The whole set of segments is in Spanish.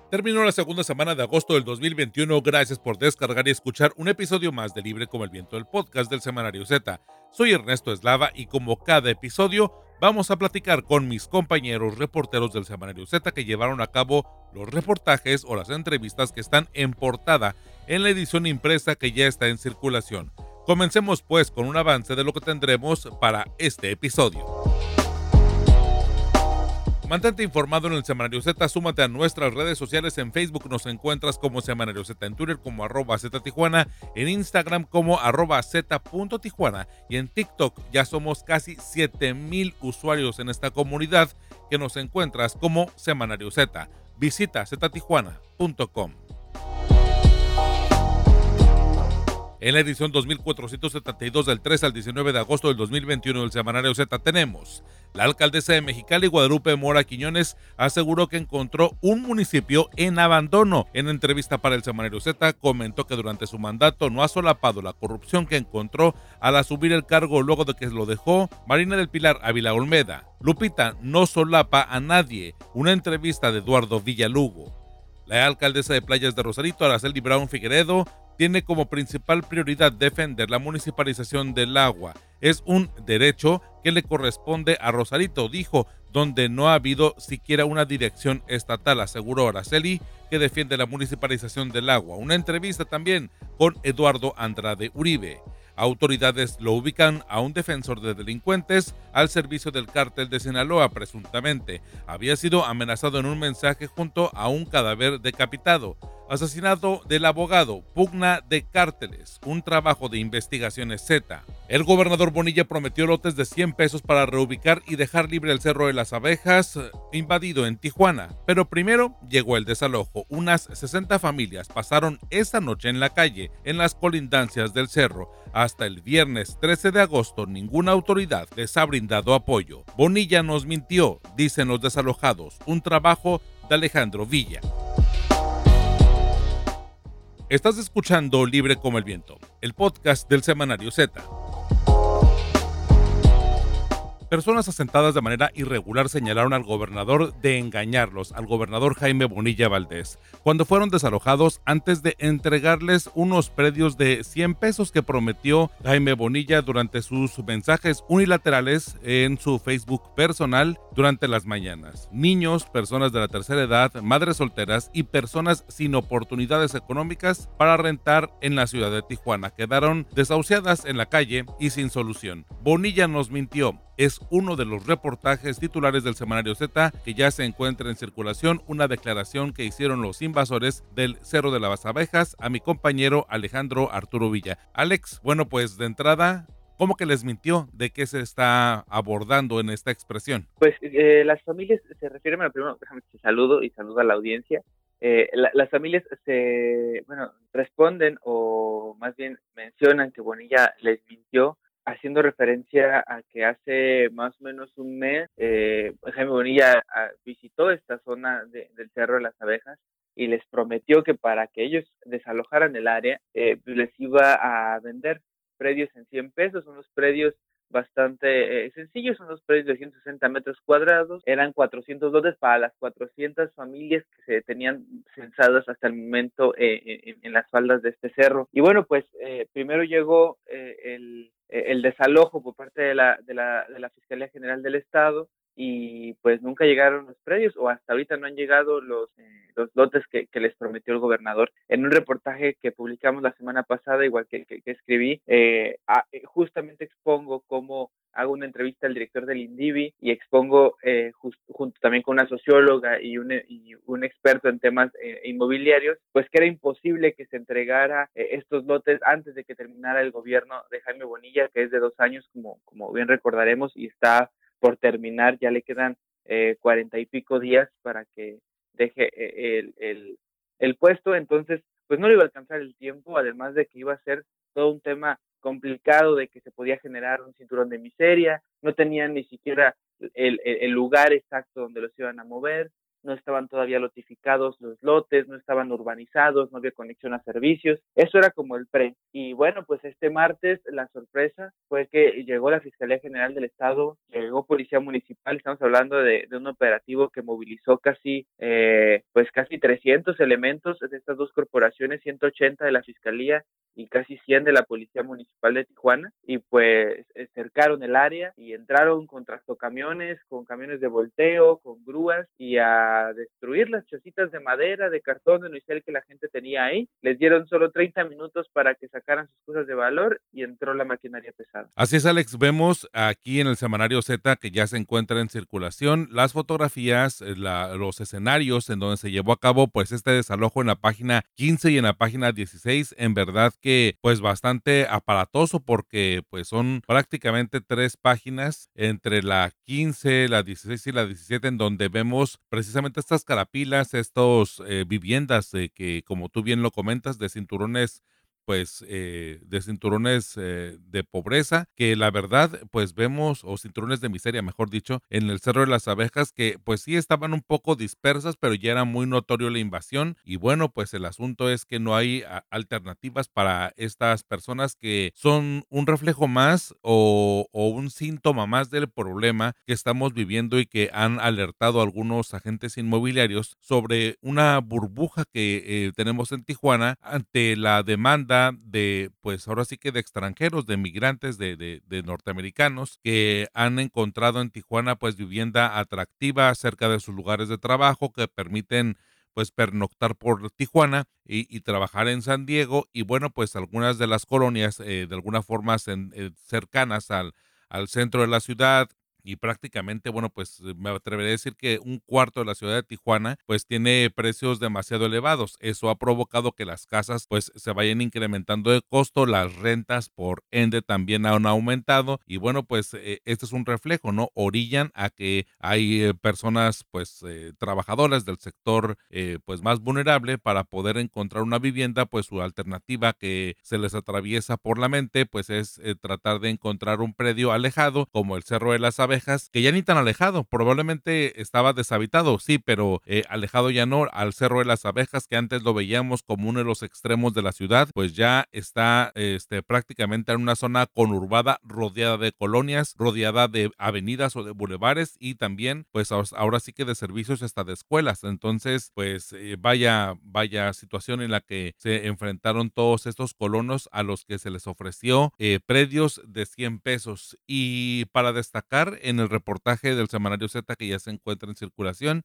Terminó la segunda semana de agosto del 2021. Gracias por descargar y escuchar un episodio más de Libre como el Viento, del podcast del Semanario Z. Soy Ernesto Eslava y como cada episodio vamos a platicar con mis compañeros reporteros del Semanario Z que llevaron a cabo los reportajes o las entrevistas que están en portada en la edición impresa que ya está en circulación. Comencemos pues con un avance de lo que tendremos para este episodio. Mantente informado en el Semanario Z, súmate a nuestras redes sociales. En Facebook nos encuentras como Semanario Z, en Twitter como @ZTijuana, en Instagram como @Z.Tijuana y en TikTok ya somos casi 7,000 usuarios en esta comunidad que nos encuentras como Semanario Z. Visita ztijuana.com. En la edición 2472 del 3 al 19 de agosto del 2021 del Semanario Z tenemos: la alcaldesa de Mexicali, Guadalupe Mora Quiñones, aseguró que encontró un municipio en abandono. En entrevista para el Semanario Z comentó que durante su mandato no ha solapado la corrupción que encontró al asumir el cargo luego de que lo dejó Marina del Pilar Ávila Olmeda. Lupita no solapa a nadie. Una entrevista de Eduardo Villalugo. La alcaldesa de Playas de Rosarito, Araceli Brown Figueredo, tiene como principal prioridad defender la municipalización del agua. Es un derecho que le corresponde a Rosarito, dijo, donde no ha habido siquiera una dirección estatal, aseguró Araceli, que defiende la municipalización del agua. Una entrevista también con Eduardo Andrade Uribe. Autoridades lo ubican a un defensor de delincuentes al servicio del cártel de Sinaloa, presuntamente. Había sido amenazado en un mensaje junto a un cadáver decapitado. Asesinato del abogado, pugna de cárteles, un trabajo de investigaciones Z. El gobernador Bonilla prometió lotes de 100 pesos para reubicar y dejar libre el Cerro de las Abejas, invadido en Tijuana. Pero primero llegó el desalojo. Unas 60 familias pasaron esa noche en la calle, en las colindancias del cerro. Hasta el viernes 13 de agosto, ninguna autoridad les ha brindado apoyo. Bonilla nos mintió, dicen los desalojados. Un trabajo de Alejandro Villa. Estás escuchando Libre como el Viento, el podcast del Semanario Z. Personas asentadas de manera irregular señalaron al gobernador de engañarlos, al gobernador Jaime Bonilla Valdés, cuando fueron desalojados antes de entregarles unos predios de 100 pesos que prometió Jaime Bonilla durante sus mensajes unilaterales en su Facebook personal durante las mañanas. Niños, personas de la tercera edad, madres solteras y personas sin oportunidades económicas para rentar en la ciudad de Tijuana quedaron desahuciadas en la calle y sin solución. Bonilla nos mintió. Es uno de los reportajes titulares del Semanario Z que ya se encuentra en circulación, una declaración que hicieron los invasores del Cerro de las Abejas a mi compañero Alejandro Arturo Villa. Alex, bueno, pues de entrada, ¿cómo que les mintió? ¿De qué se está abordando en esta expresión? Pues las familias se refieren, bueno, primero déjame que saludo y saludo a la audiencia. Las familias responden o más bien mencionan que Bonilla les mintió, haciendo referencia a que hace más o menos un mes Jaime Bonilla visitó esta zona del Cerro de las Abejas y les prometió que para que ellos desalojaran el área, les iba a vender predios en 100 pesos, unos predios bastante sencillos, son los predios de 160 metros cuadrados, eran 400 lotes para las 400 familias que se tenían censadas hasta el momento en las faldas de este cerro. Y bueno, pues primero llegó el desalojo por parte de la Fiscalía General del Estado, y pues nunca llegaron los predios, o hasta ahorita no han llegado los lotes que les prometió el gobernador. En un reportaje que publicamos la semana pasada, igual que escribí, justamente expongo cómo hago una entrevista al director del INDIVI y expongo junto también con una socióloga y un experto en temas inmobiliarios, pues que era imposible que se entregara estos lotes antes de que terminara el gobierno de Jaime Bonilla, que es de 2 años, como bien recordaremos, y está por terminar. Ya le quedan 40 y pico días para que deje el puesto. Entonces pues no le iba a alcanzar el tiempo, además de que iba a ser todo un tema complicado, de que se podía generar un cinturón de miseria, no tenían ni siquiera el lugar exacto donde los iban a mover, no estaban todavía lotificados los lotes, no estaban urbanizados, no había conexión a servicios. Eso era como el pre. Y bueno, pues este martes la sorpresa fue que llegó la Fiscalía General del Estado, llegó Policía Municipal, estamos hablando de un operativo que movilizó casi 300 elementos de estas dos corporaciones, 180 de la Fiscalía y casi 100 de la Policía Municipal de Tijuana, y pues cercaron el área y entraron con tractocamiones, con camiones de volteo, con grúas, y a destruir las chocitas de madera, de cartón, de unicel que la gente tenía ahí. Les dieron solo 30 minutos para que sacaran sus cosas de valor y entró la maquinaria pesada. Así es, Alex. Vemos aquí en el semanario Z que ya se encuentra en circulación las fotografías, los escenarios en donde se llevó a cabo pues este desalojo en la página 15 y en la página 16. En verdad que pues bastante aparatoso porque pues son prácticamente 3 páginas entre la 15, la 16 y la 17 en donde vemos precisamente estas carapilas, estos viviendas que como tú bien lo comentas de cinturones de pobreza, que la verdad, pues vemos, o cinturones de miseria, mejor dicho, en el Cerro de las Abejas, que pues sí estaban un poco dispersas, pero ya era muy notorio la invasión. Y bueno, pues el asunto es que no hay alternativas para estas personas que son un reflejo más o un síntoma más del problema que estamos viviendo y que han alertado a algunos agentes inmobiliarios sobre una burbuja que tenemos en Tijuana ante la demanda de, pues ahora sí que de extranjeros, de migrantes, de norteamericanos que han encontrado en Tijuana pues vivienda atractiva cerca de sus lugares de trabajo que permiten pues pernoctar por Tijuana y trabajar en San Diego y bueno pues algunas de las colonias de alguna forma cercanas al centro de la ciudad y prácticamente, bueno, pues me atreveré a decir que un cuarto de la ciudad de Tijuana, pues tiene precios demasiado elevados. Eso ha provocado que las casas, pues se vayan incrementando de costo, las rentas por ende también han aumentado y bueno, pues este es un reflejo, ¿no? Orillan a que hay personas, pues trabajadoras del sector, pues más vulnerable para poder encontrar una vivienda, pues su alternativa que se les atraviesa por la mente, pues es tratar de encontrar un predio alejado como el Cerro de las Abejas, que ya ni tan alejado, probablemente estaba deshabitado, sí, pero alejado ya no, al Cerro de las Abejas, que antes lo veíamos como uno de los extremos de la ciudad, pues ya está prácticamente en una zona conurbada, rodeada de colonias, rodeada de avenidas o de bulevares y también, pues ahora sí que de servicios hasta de escuelas. Entonces, pues vaya situación en la que se enfrentaron todos estos colonos a los que se les ofreció predios de 100 pesos. Y para destacar en el reportaje del semanario Z que ya se encuentra en circulación,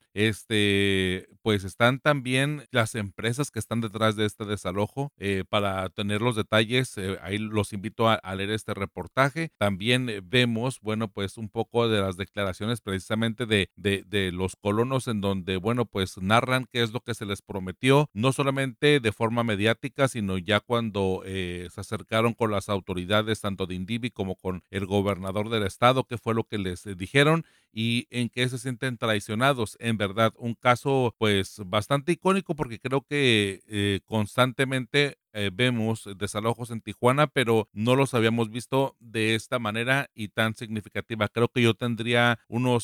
pues están también las empresas que están detrás de este desalojo. Para tener los detalles, ahí los invito a leer este reportaje. También vemos, bueno, pues un poco de las declaraciones precisamente de los colonos en donde, bueno, pues narran qué es lo que se les prometió, no solamente de forma mediática, sino ya cuando se acercaron con las autoridades tanto de Indivi como con el gobernador del estado, qué fue lo que les dijeron y en qué se sienten traicionados. En verdad, un caso pues bastante icónico porque creo que constantemente vemos desalojos en Tijuana, pero no los habíamos visto de esta manera y tan significativa. Creo que yo tendría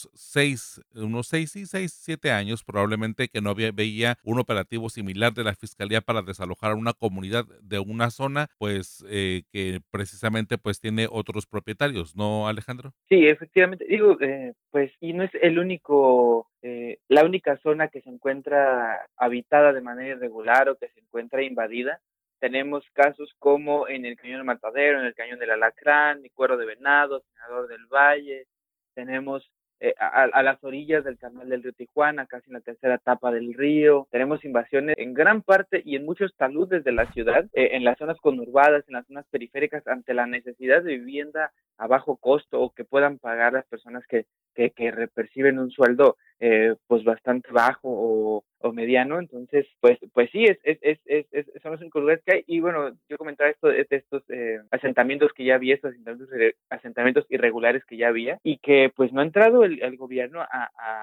sí, 6, 7 años probablemente que no veía un operativo similar de la Fiscalía para desalojar a una comunidad de una zona, pues que precisamente pues tiene otros propietarios, ¿no, Alejandro? Sí, efectivamente. Digo, pues, y no es la única zona que se encuentra habitada de manera irregular o que se encuentra invadida. Tenemos casos como en el Cañón del Matadero, en el Cañón del Alacrán, y Cuero de Venado, Senador del Valle. Tenemos a las orillas del canal del río Tijuana, casi en la tercera etapa del río. Tenemos invasiones en gran parte y en muchos taludes de la ciudad, en las zonas conurbadas, en las zonas periféricas, ante la necesidad de vivienda a bajo costo o que puedan pagar las personas que perciben un sueldo pues bastante bajo o mediano. Entonces pues sí, son los únicos lugares que hay. Y bueno, yo comentaba esto de estos asentamientos que ya había, estos asentamientos irregulares que ya había y que pues no ha entrado el gobierno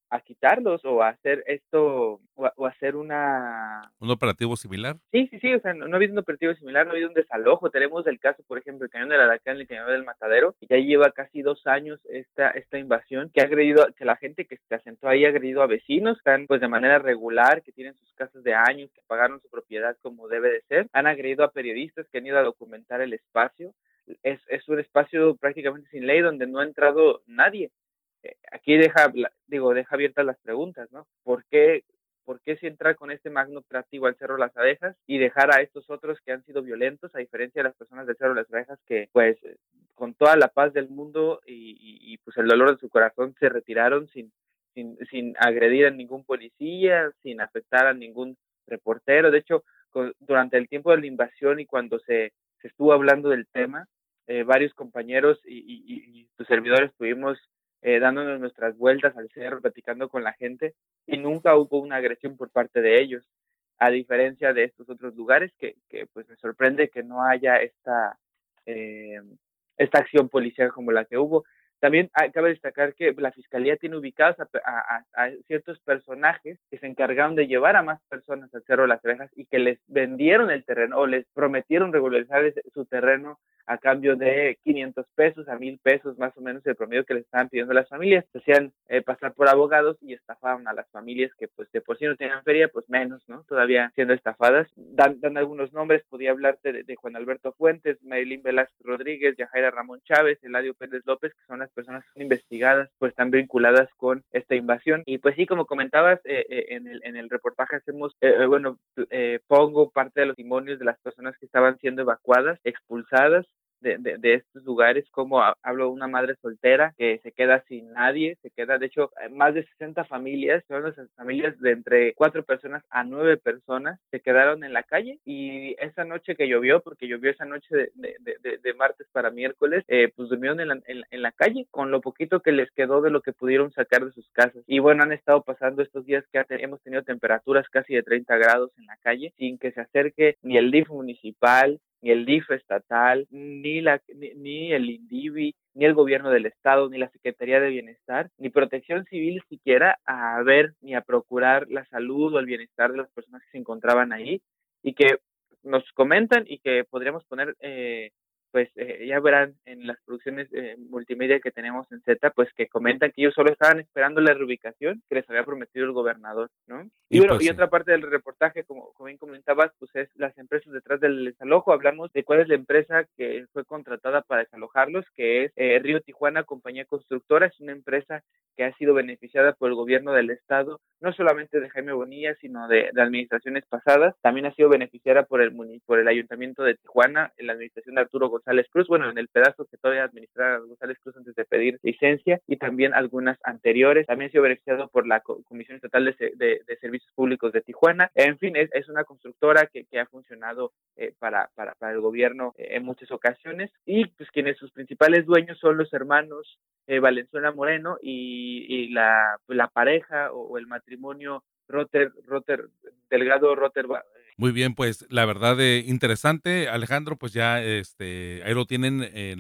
a quitarlos o a hacer esto o hacer ¿Un operativo similar? Sí, sí, sí, o sea, no ha habido un operativo similar, no ha habido un desalojo. Tenemos el caso, por ejemplo, el cañón del Aracán, el cañón del Matadero, que ya lleva casi 2 años esta invasión, que la gente que se asentó ahí ha agredido a vecinos, están pues de manera regular, que tienen sus casas de años, que pagaron su propiedad como debe de ser, han agredido a periodistas que han ido a documentar el espacio. Es un espacio prácticamente sin ley donde no ha entrado nadie. Aquí deja abiertas las preguntas, ¿no? ¿Por qué si entrar con este magno operativo al Cerro Las Abejas y dejar a estos otros que han sido violentos, a diferencia de las personas del Cerro Las Abejas que, pues, con toda la paz del mundo y pues el dolor de su corazón se retiraron sin agredir a ningún policía, sin afectar a ningún reportero? De hecho, durante el tiempo de la invasión y cuando se estuvo hablando del tema, varios compañeros y tus servidores estuvimos dándonos nuestras vueltas al cerro, platicando con la gente, y nunca hubo una agresión por parte de ellos, a diferencia de estos otros lugares que pues me sorprende que no haya eh, esta acción policial como la que hubo. También cabe destacar que la Fiscalía tiene ubicados a ciertos personajes que se encargaron de llevar a más personas al Cerro de las Abejas y que les vendieron el terreno o les prometieron regularizar su terreno a cambio de 500 pesos a 1,000 pesos, más o menos el promedio que les estaban pidiendo las familias. Se hacían pasar por abogados y estafaban a las familias que pues de por sí no tenían feria, pues menos, ¿no? Todavía siendo estafadas. Dan algunos nombres, podía hablarte de Juan Alberto Fuentes, Maylin Velázquez Rodríguez, Yajaira Ramón Chávez, Eladio Pérez López, que son las personas que son investigadas, pues están vinculadas con esta invasión. Y pues sí, como comentabas, en el reportaje hacemos, pongo parte de los testimonios de las personas que estaban siendo evacuadas, expulsadas de estos lugares, como hablo de una madre soltera que se queda sin nadie, de hecho, más de 60 familias, son esas familias de entre 4 personas a 9 personas, se quedaron en la calle, y esa noche que llovió, porque llovió esa noche de martes para miércoles, pues durmieron en la calle, con lo poquito que les quedó de lo que pudieron sacar de sus casas. Y bueno, han estado pasando estos días que hemos tenido temperaturas casi de 30 grados en la calle, sin que se acerque ni el DIF municipal, ni el DIF estatal, ni el INDIVI, ni el gobierno del estado, ni la Secretaría de Bienestar, ni Protección Civil siquiera a ver ni a procurar la salud o el bienestar de las personas que se encontraban ahí, y que nos comentan y que podríamos poner, ya verán en las producciones multimedia que tenemos en Z, pues que comentan que ellos solo estaban esperando la reubicación que les había prometido el gobernador, ¿no? Y Y bueno, pues y sí. otra parte del reportaje, como bien comentabas, pues es las empresas detrás del desalojo. Hablamos de cuál es la empresa que fue contratada para desalojarlos, que es Río Tijuana Compañía Constructora. Es una empresa que ha sido beneficiada por el gobierno del estado, no solamente de Jaime Bonilla, sino de administraciones pasadas. También ha sido beneficiada por el Ayuntamiento de Tijuana, en la administración de Arturo González Cruz, bueno, en el pedazo que todavía administraba González Cruz antes de pedir licencia, y también algunas anteriores. También ha sido beneficiado por la Comisión Estatal de Servicios Públicos de Tijuana. En fin, es una constructora que ha funcionado para el gobierno en muchas ocasiones, y pues quienes sus principales dueños son los hermanos Valenzuela Moreno y la pareja o el matrimonio Delgado Rotter. Muy bien, pues la verdad interesante, Alejandro, pues ya ahí lo tienen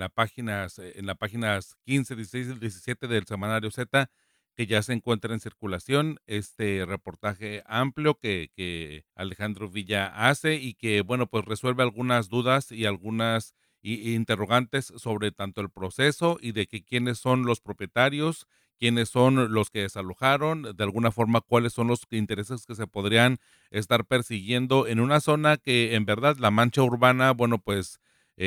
en las páginas 15, 16 y 17 del Semanario Z, que ya se encuentra en circulación este reportaje amplio que Alejandro Villa hace y que, bueno, pues resuelve algunas dudas y algunas interrogantes sobre tanto el proceso y de que quiénes son los propietarios, quiénes son los que desalojaron, de alguna forma cuáles son los intereses que se podrían estar persiguiendo en una zona que en verdad la mancha urbana, bueno, pues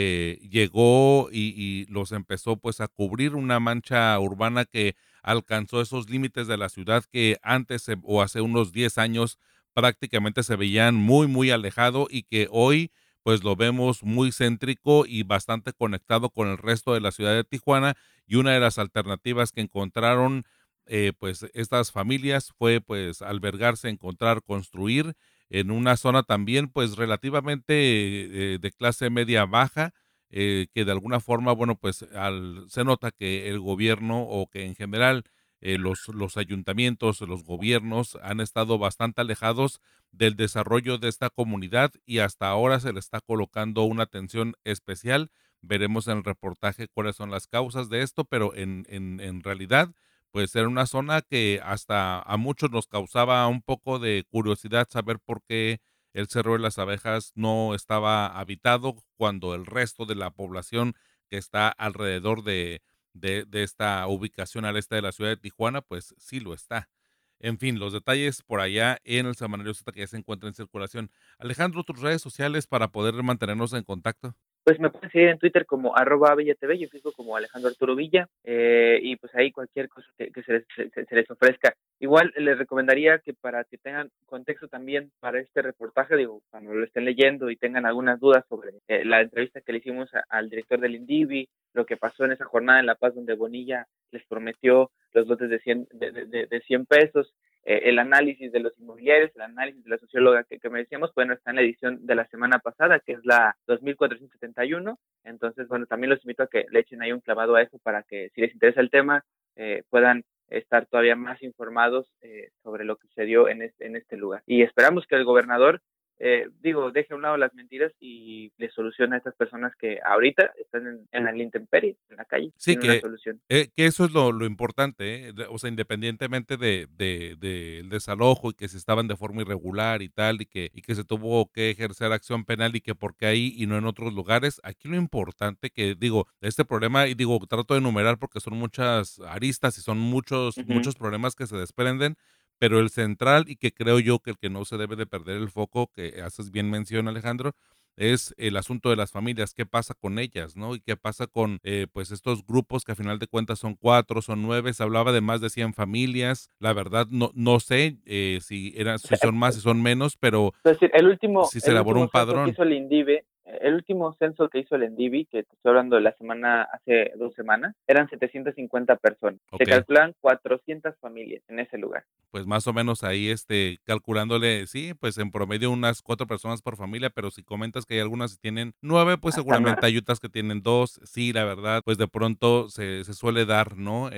llegó y los empezó pues a cubrir una mancha urbana que alcanzó esos límites de la ciudad que antes o hace unos 10 años prácticamente se veían muy, muy alejado y que hoy pues lo vemos muy céntrico y bastante conectado con el resto de la ciudad de Tijuana, y una de las alternativas que encontraron pues estas familias fue pues albergarse, encontrar, construir en una zona también pues relativamente de clase media baja, que de alguna forma, bueno, pues se nota que el gobierno o que en general los ayuntamientos, los gobiernos han estado bastante alejados del desarrollo de esta comunidad y hasta ahora se le está colocando una atención especial. Veremos en el reportaje cuáles son las causas de esto, pero en realidad pues era una zona que hasta a muchos nos causaba un poco de curiosidad saber por qué el Cerro de las Abejas no estaba habitado cuando el resto de la población que está alrededor de esta ubicación al este de la ciudad de Tijuana, pues sí lo está. En fin, los detalles por allá en el Semanario Z que ya se encuentra en circulación. Alejandro, tus redes sociales para poder mantenernos en contacto. Pues me pueden seguir en Twitter como @VillaTV y en Facebook como Alejandro Arturo Villa, y pues ahí cualquier cosa que se les ofrezca. Igual les recomendaría que para que tengan contexto también para este reportaje, digo, cuando lo estén leyendo y tengan algunas dudas sobre la entrevista que le hicimos al director del INDIVI, lo que pasó en esa jornada en La Paz donde Bonilla les prometió los lotes de 100 pesos, el análisis de los inmobiliarios, el análisis de la socióloga que me decíamos, bueno, está en la edición de la semana pasada, que es la 2471. Entonces, bueno, también los invito a que le echen ahí un clavado a eso para que, si les interesa el tema, puedan estar todavía más informados sobre lo que sucedió en este lugar. Y esperamos que el gobernador, deje a un lado las mentiras y le solucione a estas personas que ahorita están en la intemperie, en la calle, Sí, sin una solución. que eso es lo importante, o sea, independientemente del desalojo y que se estaban de forma irregular y tal, y que se tuvo que ejercer acción penal y que por qué ahí y no en otros lugares, aquí lo importante que digo, este problema, y digo, trato de enumerar porque son muchas aristas y son Ujú. muchos problemas que se desprenden, pero el central y que creo yo que el que no se debe de perder el foco, que haces bien mención, Alejandro, es el asunto de las familias, qué pasa con ellas, ¿no? Y qué pasa con, pues, estos grupos que a final de cuentas son 4, son 9, se hablaba de más de 100 familias, la verdad no sé si son más, si son menos, pero Es decir, si se el elaboró último un censo que padrón. hizo el INDIVE, el último censo que hizo el INDIVI, que te estoy hablando de la semana, hace 2 semanas, eran 750 personas. Se Ok, calculan 400 familias en ese lugar. pues más o menos ahí, calculándole, sí, pues en promedio unas 4 personas por familia, pero si comentas que hay algunas que tienen 9, pues Hasta más. seguramente hay otras que tienen 2. Sí, la verdad, pues de pronto se suele dar, ¿no?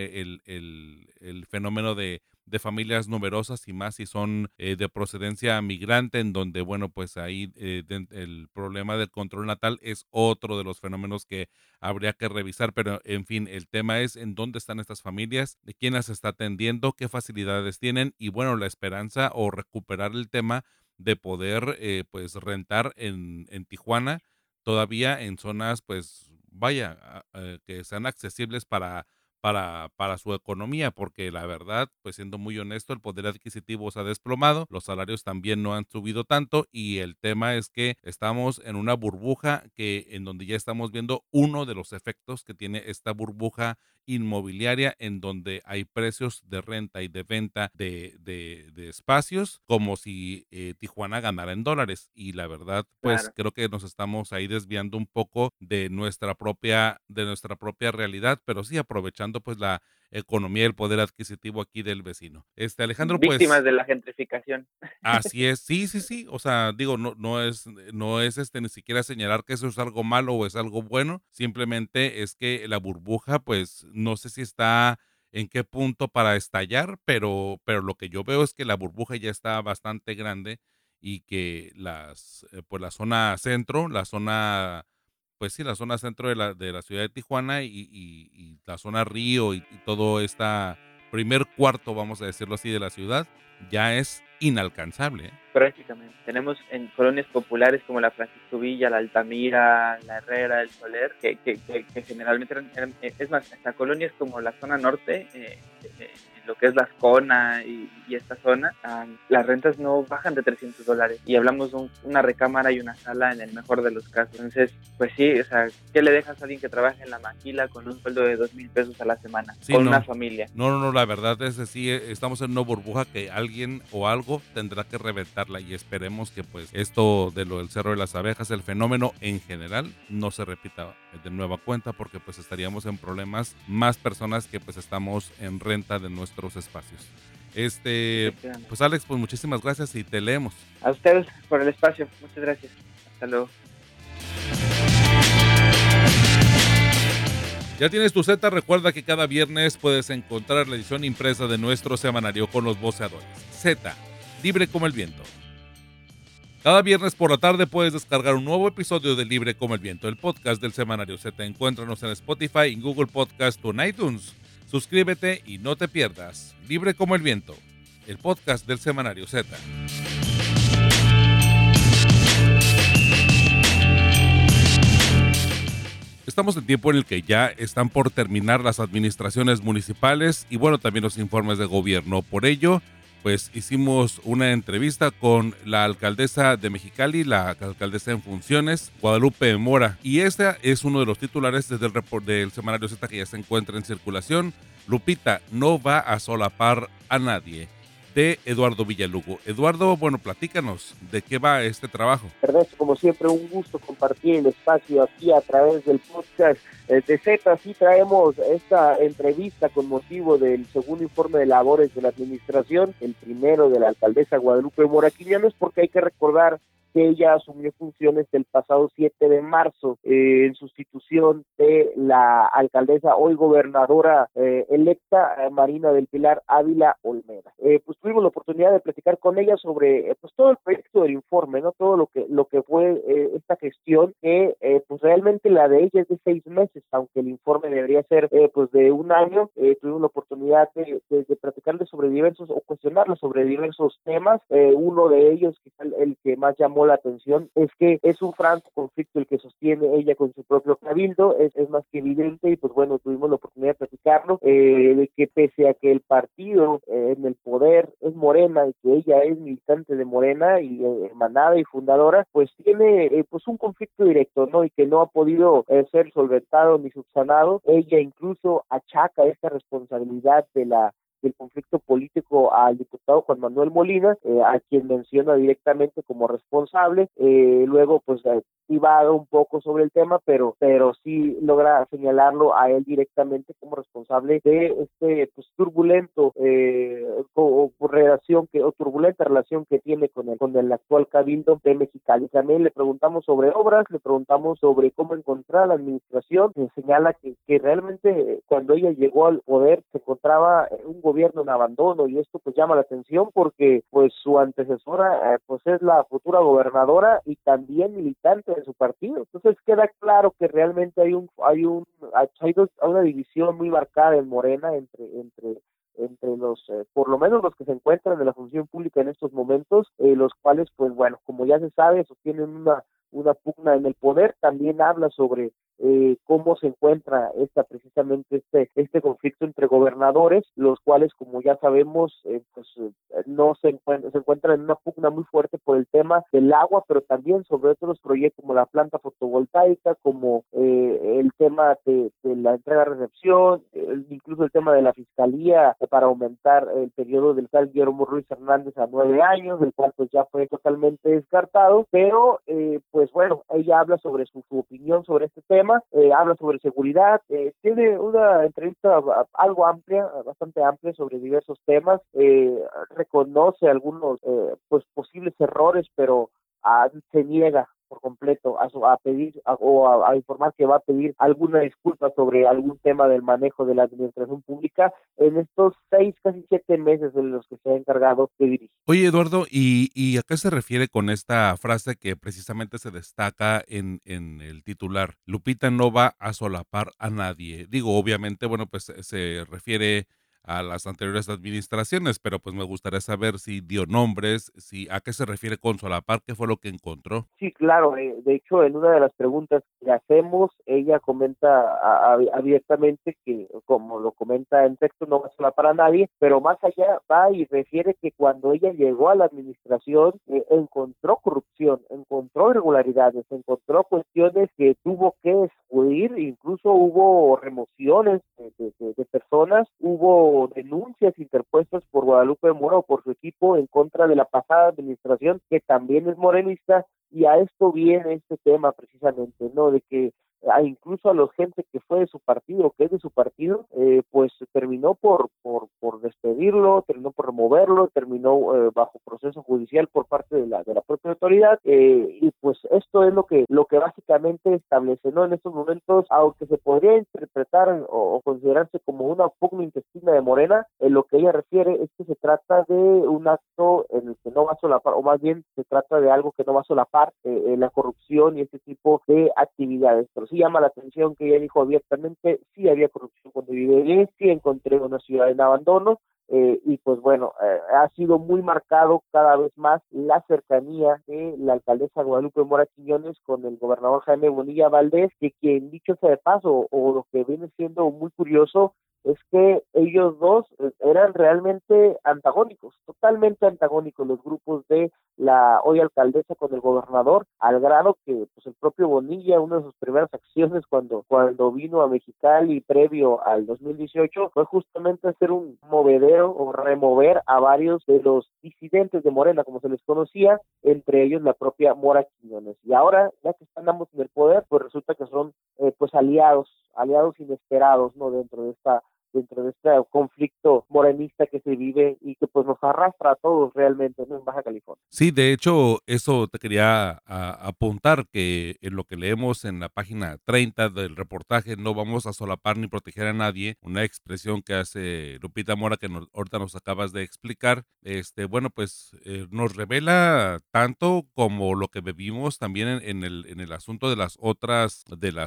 El fenómeno de familias numerosas y más si son de procedencia migrante, en donde, bueno, pues ahí el problema del control natal es otro de los fenómenos que habría que revisar, pero en fin, el tema es en dónde están estas familias, de quién las está atendiendo, qué facilidades tienen y bueno, la esperanza o recuperar el tema de poder pues rentar en Tijuana, todavía en zonas pues vaya, que sean accesibles para su economía, porque la verdad, pues siendo muy honesto, el poder adquisitivo se ha desplomado, los salarios también no han subido tanto y el tema es que estamos en una burbuja que en donde ya estamos viendo uno de los efectos que tiene esta burbuja inmobiliaria en donde hay precios de renta y de venta de espacios como si Tijuana ganara en dólares y la verdad pues Claro. creo que nos estamos ahí desviando un poco de nuestra propia realidad, pero sí aprovechando pues la economía y el poder adquisitivo aquí del vecino. Alejandro, Víctimas pues de la gentrificación. así es, sí, sí, sí, o sea, digo, no es ni siquiera señalar que eso es algo malo o es algo bueno, simplemente es que la burbuja, pues, no sé si está en qué punto para estallar, pero lo que yo veo es que la burbuja ya está bastante grande y que pues la zona centro, pues sí, la zona centro de la ciudad de Tijuana y la zona Río y todo esta primer cuarto, vamos a decirlo así, de la ciudad, ya es inalcanzable, ¿eh? Prácticamente. Tenemos en colonias populares como la Francisco Villa, la Altamira, la Herrera, el Soler, que generalmente es más, hasta colonias como la zona norte, lo que es la Ascona y esta zona, las rentas no bajan de $300 y hablamos de una recámara y una sala en el mejor de los casos. Entonces, pues sí, o sea, ¿qué le dejas a alguien que trabaja en la maquila con un sueldo de 2,000 pesos a la semana, Sí, con una no. familia? No, la verdad es que sí, estamos en una burbuja que alguien o algo tendrá que reventarla y esperemos que pues esto de lo del Cerro de las Abejas, el fenómeno en general, no se repita de nueva cuenta porque pues estaríamos en problemas más personas que pues estamos en renta de nuestros espacios. Efectivamente. Pues Alex, pues muchísimas gracias y te leemos. A ustedes por el espacio. Muchas gracias. Hasta luego. Ya tienes tu Z, recuerda que cada viernes puedes encontrar la edición impresa de nuestro semanario con los voceadores. Z, libre como el viento. Cada viernes por la tarde puedes descargar un nuevo episodio de Libre como el Viento, el podcast del semanario Z. Encuéntranos en Spotify, en Google Podcast o en iTunes. Suscríbete y no te pierdas Libre como el Viento, el podcast del Semanario Z. Estamos en tiempo en el que ya están por terminar las administraciones municipales y bueno, también los informes de gobierno. Por ello, pues hicimos una entrevista con la alcaldesa de Mexicali, la alcaldesa en funciones, Guadalupe Mora. Y este es uno de los titulares desde el reporte del Semanario Z que ya se encuentra en circulación. Lupita no va a solapar a nadie, de Eduardo Villalugo. Eduardo, bueno, platícanos de qué va este trabajo. Ernesto, como siempre, un gusto compartir el espacio aquí a través del podcast de Z. Sí traemos esta entrevista con motivo del segundo informe de labores de la administración, el primero de la alcaldesa Guadalupe Mora Quiñones, porque hay que recordar que ella asumió funciones el pasado 7 de marzo en sustitución de la alcaldesa, hoy gobernadora electa, Marina del Pilar Ávila Olmeda. Pues tuvimos la oportunidad de platicar con ella sobre pues todo el proyecto del informe, no todo lo que fue esta gestión, que pues realmente la de ella es de 6 meses, aunque el informe debería ser pues de un año. Tuvimos la oportunidad de platicarle sobre diversos, o cuestionarle sobre diversos temas. Uno de ellos, quizá el que más llamó la atención, es que es un franco conflicto el que sostiene ella con su propio cabildo, es más que evidente, y pues bueno, tuvimos la oportunidad de platicarlo, de que pese a que el partido en el poder es Morena y que ella es militante de Morena y hermanada y fundadora, pues tiene pues un conflicto directo, ¿no? Y que no ha podido ser solventado ni subsanado. Ella incluso achaca esta responsabilidad del conflicto político al diputado Juan Manuel Molina, a quien menciona directamente como responsable. Luego pues divado un poco sobre el tema, pero sí logra señalarlo a él directamente como responsable de este pues turbulento turbulenta relación que tiene con el actual cabildo de Mexicali. También le preguntamos sobre obras, le preguntamos sobre cómo encontrar la administración. Señala que realmente cuando ella llegó al poder se encontraba un gobierno en abandono, y esto pues llama la atención porque pues su antecesora pues es la futura gobernadora y también militante de su partido. Entonces queda claro que realmente hay una división muy marcada en Morena entre los, por lo menos los que se encuentran en la función pública en estos momentos, los cuales pues bueno, como ya se sabe, sostienen una pugna en el poder. También habla sobre cómo se encuentra precisamente este conflicto entre gobernadores, los cuales, como ya sabemos, no se encuentran en una pugna muy fuerte por el tema del agua, pero también sobre otros proyectos como la planta fotovoltaica, como el tema de la entrega-recepción, incluso el tema de la fiscalía para aumentar el periodo del tal Guillermo Ruiz Hernández a 9 años, el cual pues ya fue totalmente descartado. Pero pues bueno, ella habla sobre su opinión sobre este tema, habla sobre seguridad, tiene una entrevista algo amplia, bastante amplia, sobre diversos temas, reconoce algunos pues posibles errores, pero se niega por completo a pedir a informar que va a pedir alguna disculpa sobre algún tema del manejo de la administración pública en estos 6, casi 7 meses en los que se ha encargado de dirigir. Oye, Eduardo, ¿y a qué se refiere con esta frase que precisamente se destaca en el titular? Lupita no va a solapar a nadie. Digo, obviamente, bueno, pues se refiere a las anteriores administraciones, pero pues me gustaría saber si dio nombres, a qué se refiere con solapar, qué fue lo que encontró. Sí, claro, de hecho, en una de las preguntas que hacemos, ella comenta abiertamente que, como lo comenta en texto, no va a solapar a nadie, pero más allá va y refiere que cuando ella llegó a la administración, encontró corrupción, encontró irregularidades, encontró cuestiones que tuvo que excluir, incluso hubo remociones de personas, hubo denuncias interpuestas por Guadalupe Mora o por su equipo en contra de la pasada administración, que también es morenista. Y a esto viene este tema precisamente, ¿no? De que incluso a los gente que fue de su partido, que es de su partido, pues terminó por despedirlo, terminó por removerlo, terminó bajo proceso judicial por parte de la propia autoridad, y pues esto es lo que básicamente establece, ¿no? En estos momentos, aunque se podría interpretar o considerarse como una pugna intestina de Morena, lo que ella refiere es que se trata de un acto en el que no va a solapar, o más bien se trata de algo que no va a solapar la corrupción y este tipo de actividades. Pero sí llama la atención que ella dijo abiertamente, sí había corrupción cuando se vive. Es que encontré una ciudad en abandono. Y pues bueno, ha sido muy marcado cada vez más la cercanía de la alcaldesa Guadalupe Mora Quiñones con el gobernador Jaime Bonilla Valdés, que quien, dicho sea de paso, o lo que viene siendo muy curioso, es que ellos dos eran realmente antagónicos, totalmente antagónicos los grupos de la hoy alcaldesa con el gobernador, al grado que pues el propio Bonilla, una de sus primeras acciones cuando vino a Mexicali previo al 2018, fue justamente hacer un movedero o remover a varios de los disidentes de Morena, como se les conocía, entre ellos la propia Mora Quiñones. Y ahora, ya que están ambos en el poder, pues resulta que son pues aliados inesperados, ¿no? Dentro de este conflicto morenista que se vive y que pues nos arrastra a todos realmente, ¿no? En Baja California. Sí, de hecho, eso te quería apuntar, que en lo que leemos en la página 30 del reportaje, no vamos a solapar ni proteger a nadie, una expresión que hace Lupita Mora que ahorita nos acabas de explicar, bueno, pues nos revela tanto como lo que vivimos también en el asunto de las otras,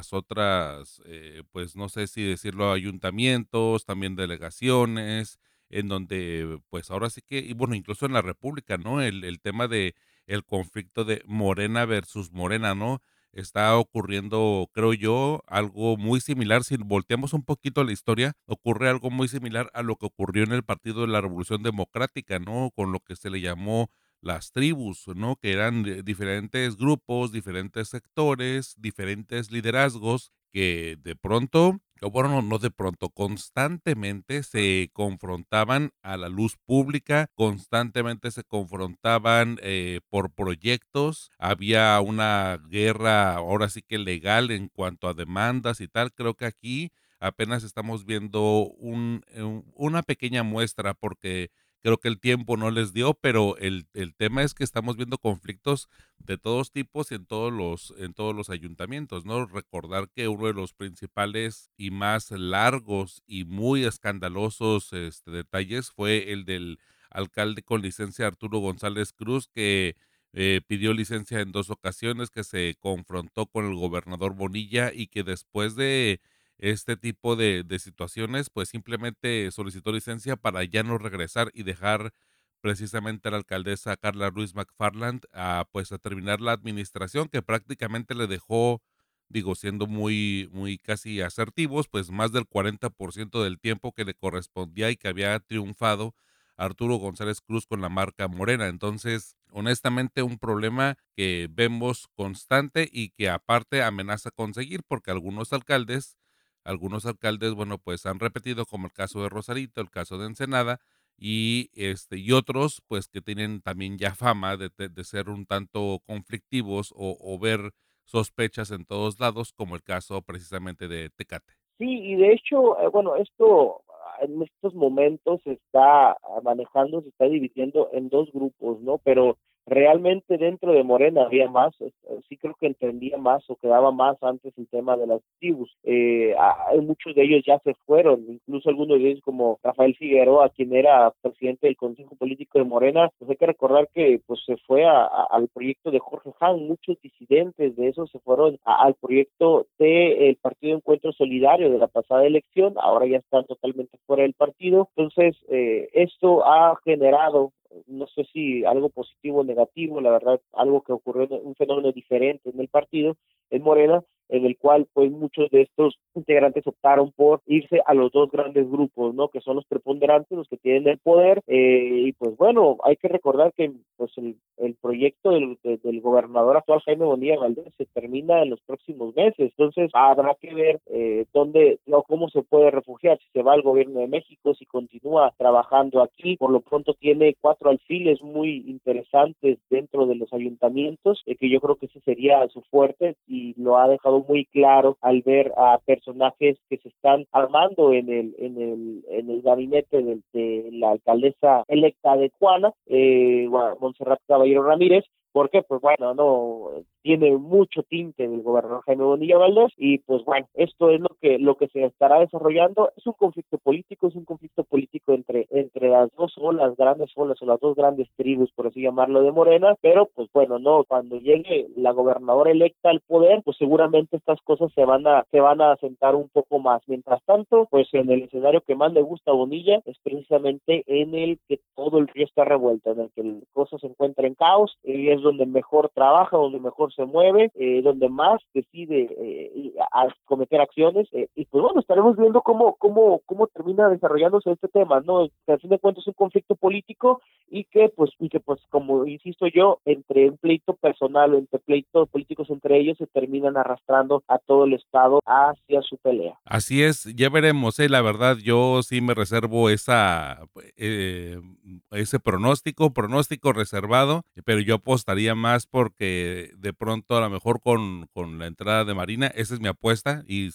pues no sé si decirlo, ayuntamientos, también delegaciones, en donde, pues ahora sí que, y bueno, incluso en la República, ¿no? El tema de el conflicto de Morena versus Morena, ¿no? Está ocurriendo, creo yo, algo muy similar. Si volteamos un poquito la historia, ocurre algo muy similar a lo que ocurrió en el Partido de la Revolución Democrática, ¿no? Con lo que se le llamó las tribus, ¿no? Que eran diferentes grupos, diferentes sectores, diferentes liderazgos que de pronto, o bueno, no de pronto, constantemente se confrontaban a la luz pública, constantemente se confrontaban por proyectos, había una guerra ahora sí que legal en cuanto a demandas y tal. Creo que aquí apenas estamos viendo una pequeña muestra porque creo que el tiempo no les dio, pero el tema es que estamos viendo conflictos de todos tipos y en todos los ayuntamientos, ¿no? Recordar que uno de los principales y más largos y muy escandalosos detalles fue el del alcalde con licencia Arturo González Cruz, que pidió licencia en 2 ocasiones, que se confrontó con el gobernador Bonilla y que después de este tipo de situaciones, pues simplemente solicitó licencia para ya no regresar y dejar precisamente a la alcaldesa Carla Ruiz McFarland pues a terminar la administración que prácticamente le dejó, digo, siendo muy casi asertivos, pues más del 40% del tiempo que le correspondía y que había triunfado Arturo González Cruz con la marca Morena. Entonces, honestamente, un problema que vemos constante y que aparte amenaza con seguir porque algunos alcaldes, bueno, pues han repetido, como el caso de Rosarito, el caso de Ensenada, y otros, pues que tienen también ya fama de ser un tanto conflictivos o ver sospechas en todos lados, como el caso precisamente de Tecate. Sí, y de hecho, bueno, esto en estos momentos se está se está dividiendo en dos grupos, ¿no? Pero realmente dentro de Morena había más, sí creo que entendía más o quedaba más antes el tema de las tribus. Muchos de ellos ya se fueron, incluso algunos de ellos como Rafael Figueroa, quien era presidente del Consejo Político de Morena, pues hay que recordar que pues se fue al proyecto de Jorge Han, muchos disidentes de esos se fueron al proyecto del Partido Encuentro Solidario de la pasada elección, ahora ya están totalmente fuera del partido. Entonces, esto ha generado, no sé si algo positivo o negativo, la verdad, algo que ocurrió, un fenómeno diferente en el partido, en Morena, en el cual pues muchos de estos integrantes optaron por irse a los dos grandes grupos, ¿no? Que son los preponderantes, los que tienen el poder, y pues bueno, hay que recordar que pues el proyecto del gobernador actual Jaime Bonilla Valdés se termina en los próximos meses, entonces habrá que ver dónde o cómo se puede refugiar, si se va al gobierno de México, si continúa trabajando aquí. Por lo pronto tiene 4 alfiles muy interesantes dentro de los ayuntamientos, que yo creo que ese sería su fuerte y lo ha dejado muy claro al ver a personajes que se están armando en el gabinete de la alcaldesa electa de Tijuana, Montserrat Caballero Ramírez, ¿Por qué? Pues bueno, no tiene mucho tinte del gobernador Jaime Bonilla Valdés y pues bueno, esto es lo que se estará desarrollando. Es un conflicto político entre las dos olas, grandes olas o las dos grandes tribus, por así llamarlo, de Morena, pero pues bueno, no, cuando llegue la gobernadora electa al poder, pues seguramente estas cosas se van a asentar un poco más. Mientras tanto, pues en el escenario que más le gusta a Bonilla es precisamente en el que todo el río está revuelto, en el que el cosa se encuentra en caos, es donde mejor trabaja, donde mejor se mueve, donde más decide a cometer acciones, y pues bueno, estaremos viendo cómo termina desarrollándose este tema, ¿no? Que al fin de cuentas es un conflicto político y que pues como insisto yo, entre un pleito personal o entre pleitos políticos entre ellos se terminan arrastrando a todo el estado hacia su pelea. Así es, ya veremos, la verdad yo sí me reservo ese pronóstico reservado, pero yo apostaría más porque de pronto a lo mejor con la entrada de Marina, esa es mi apuesta y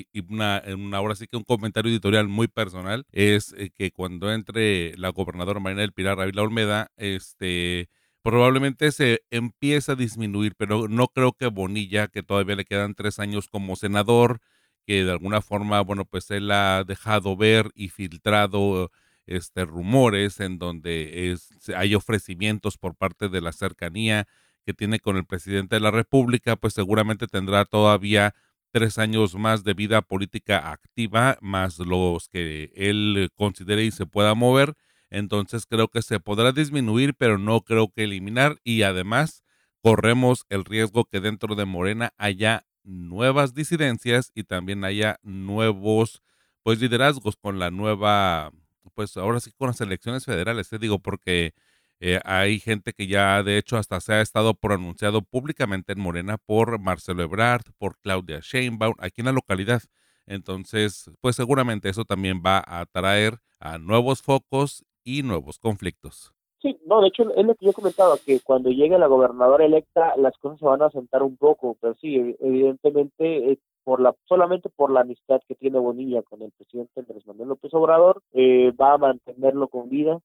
ahora sí que un comentario editorial muy personal es que cuando entre la gobernadora Marina del Pilar Ávila Olmeda, probablemente se empieza a disminuir, pero no creo que Bonilla, que todavía le quedan 3 años como senador, que de alguna forma, bueno, pues él ha dejado ver y filtrado rumores en donde hay ofrecimientos por parte de la cercanía que tiene con el presidente de la República, pues seguramente tendrá todavía 3 años más de vida política activa, más los que él considere y se pueda mover. Entonces creo que se podrá disminuir, pero no creo que eliminar. Y además corremos el riesgo que dentro de Morena haya nuevas disidencias y también haya nuevos pues liderazgos con la nueva, pues ahora sí con las elecciones federales, te digo, porque hay gente que ya de hecho hasta se ha estado pronunciado públicamente en Morena por Marcelo Ebrard, por Claudia Sheinbaum, aquí en la localidad. Entonces, pues seguramente eso también va a atraer a nuevos focos y nuevos conflictos. Sí, no, de hecho es lo que yo comentaba, que cuando llegue la gobernadora electa las cosas se van a asentar un poco, pero sí, evidentemente solamente por la amistad que tiene Bonilla con el presidente Andrés Manuel López Obrador, va a mantenerlo con vida,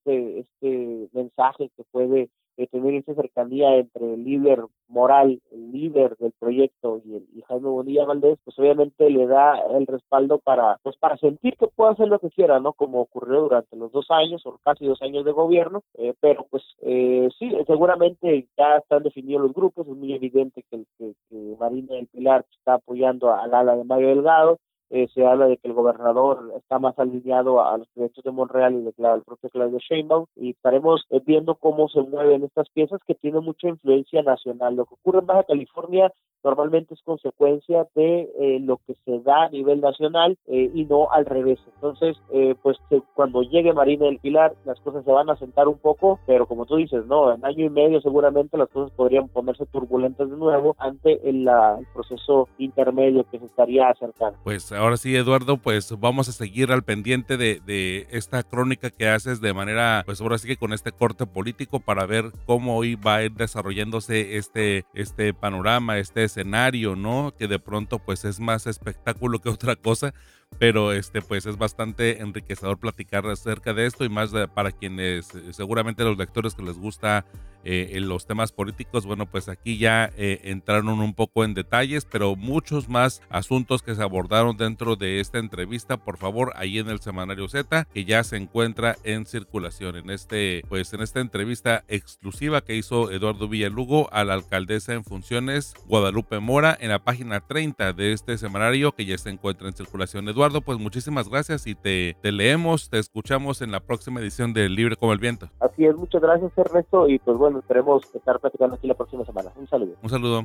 este mensaje que puede tener esa cercanía entre el líder moral, el líder del proyecto y Jaime Bonilla Valdés, pues obviamente le da el respaldo para sentir que puede hacer lo que quiera, ¿no? Como ocurrió durante los 2 años o casi 2 años de gobierno, pero pues sí, seguramente ya están definidos los grupos, es muy evidente que Marina del Pilar está apoyando al ala de Mario Delgado. Se habla de que el gobernador está más alineado a los proyectos de Monreal y del propio Claudio Sheinbaum, y estaremos viendo cómo se mueven estas piezas que tienen mucha influencia nacional. Lo que ocurre en Baja California normalmente es consecuencia de lo que se da a nivel nacional y no al revés. Entonces, cuando llegue Marina del Pilar, las cosas se van a sentar un poco, pero como tú dices, no, en año y medio seguramente las cosas podrían ponerse turbulentas de nuevo ante el proceso intermedio que se estaría acercando. Pues ahora sí, Eduardo, pues vamos a seguir al pendiente de esta crónica que haces de manera, pues ahora sí que con este corte político para ver cómo hoy va a ir desarrollándose este panorama, este escenario, ¿no? Que de pronto pues es más espectáculo que otra cosa, pero pues es bastante enriquecedor platicar acerca de esto y más para quienes seguramente los lectores que les gusta en los temas políticos, bueno, pues aquí ya entraron un poco en detalles, pero muchos más asuntos que se abordaron dentro de esta entrevista, por favor, ahí en el Semanario Z, que ya se encuentra en circulación en esta entrevista exclusiva que hizo Eduardo Villalugo a la alcaldesa en funciones Guadalupe Mora en la página 30 de este semanario que ya se encuentra en circulación. Eduardo, pues muchísimas gracias y te leemos, te escuchamos en la próxima edición de Libre como el Viento. Así es, muchas gracias Ernesto y pues bueno, esperemos estar platicando aquí la próxima semana. Un saludo. Un saludo.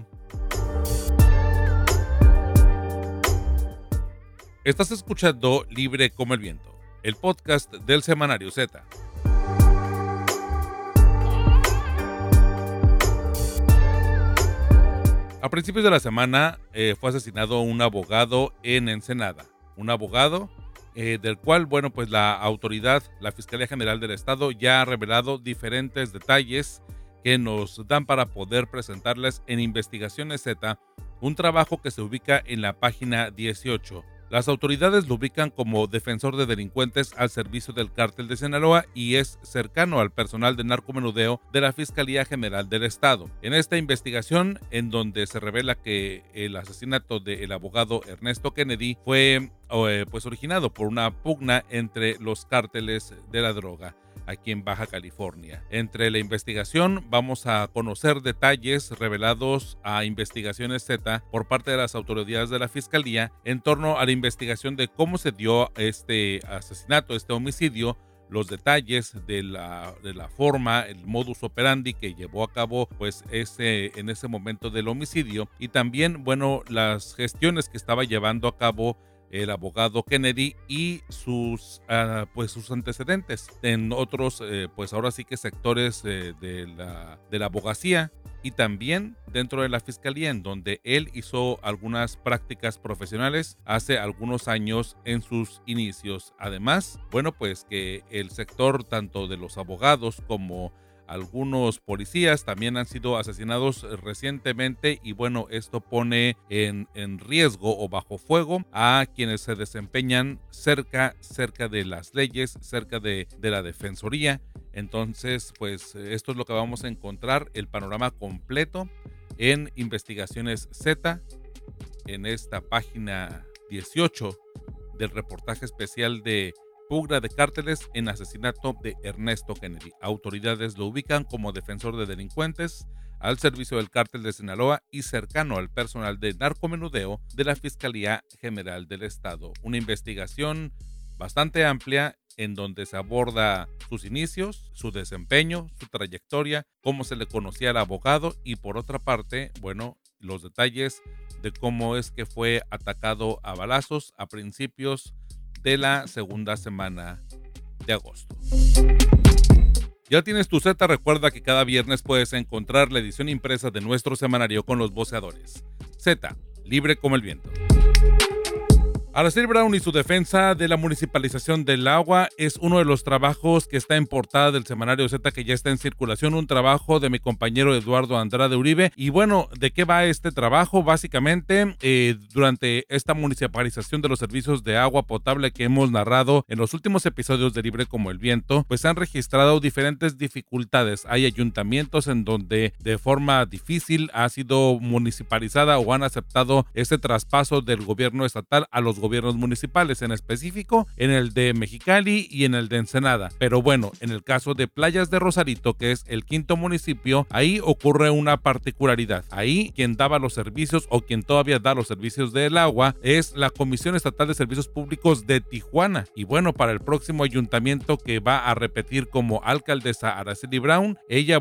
Estás escuchando Libre como el Viento, el podcast del Semanario Z. A principios de la semana fue asesinado un abogado en Ensenada. Un abogado del cual, bueno, pues la autoridad, la Fiscalía General del Estado, ya ha revelado diferentes detalles que nos dan para poder presentarles en Investigaciones Z, un trabajo que se ubica en la página 18 Las autoridades lo ubican como defensor de delincuentes al servicio del cártel de Sinaloa y es cercano al personal de narcomenudeo de la Fiscalía General del Estado. En esta investigación, en donde se revela que el asesinato del abogado Ernesto Kennedy fue originado por una pugna entre los cárteles de la droga aquí en Baja California. Entre la investigación vamos a conocer detalles revelados a Investigaciones Z por parte de las autoridades de la Fiscalía en torno a la investigación de cómo se dio este asesinato, este homicidio, los detalles de la forma, el modus operandi que llevó a cabo en ese momento del homicidio y también, las gestiones que estaba llevando a cabo el abogado Kennedy y sus antecedentes en otros, ahora sí que sectores de la abogacía y también dentro de la fiscalía, en donde él hizo algunas prácticas profesionales hace algunos años en sus inicios. Además, que el sector tanto de los abogados como algunos policías también han sido asesinados recientemente y esto pone en riesgo o bajo fuego a quienes se desempeñan cerca de las leyes, cerca de la defensoría. Entonces, esto es lo que vamos a encontrar, el panorama completo en Investigaciones Z, en esta página 18 del reportaje especial de pugna de cárteles en asesinato de Ernesto Kennedy. Autoridades lo ubican como defensor de delincuentes al servicio del cártel de Sinaloa y cercano al personal de narcomenudeo de la Fiscalía General del Estado. Una investigación bastante amplia en donde se aborda sus inicios, su desempeño, su trayectoria, cómo se le conocía al abogado y por otra parte, los detalles de cómo es que fue atacado a balazos a principios de la segunda semana de agosto. Ya tienes tu Z, recuerda que cada viernes puedes encontrar la edición impresa de nuestro semanario con los voceadores. Z, libre como el viento. Araceli Brown y su defensa de la municipalización del agua es uno de los trabajos que está en portada del semanario Z, que ya está en circulación, un trabajo de mi compañero Eduardo Andrade Uribe. Y ¿de qué va este trabajo? Básicamente, durante esta municipalización de los servicios de agua potable que hemos narrado en los últimos episodios de Libre como el Viento, se han registrado diferentes dificultades. Hay ayuntamientos en donde de forma difícil ha sido municipalizada o han aceptado este traspaso del gobierno estatal a los gobiernos municipales, en específico en el de Mexicali y en el de Ensenada. Pero en el caso de Playas de Rosarito, que es el quinto municipio, ahí ocurre una particularidad. Ahí quien daba los servicios o quien todavía da los servicios del agua es la Comisión Estatal de Servicios Públicos de Tijuana. Y para el próximo ayuntamiento que va a repetir como alcaldesa Araceli Brown, ella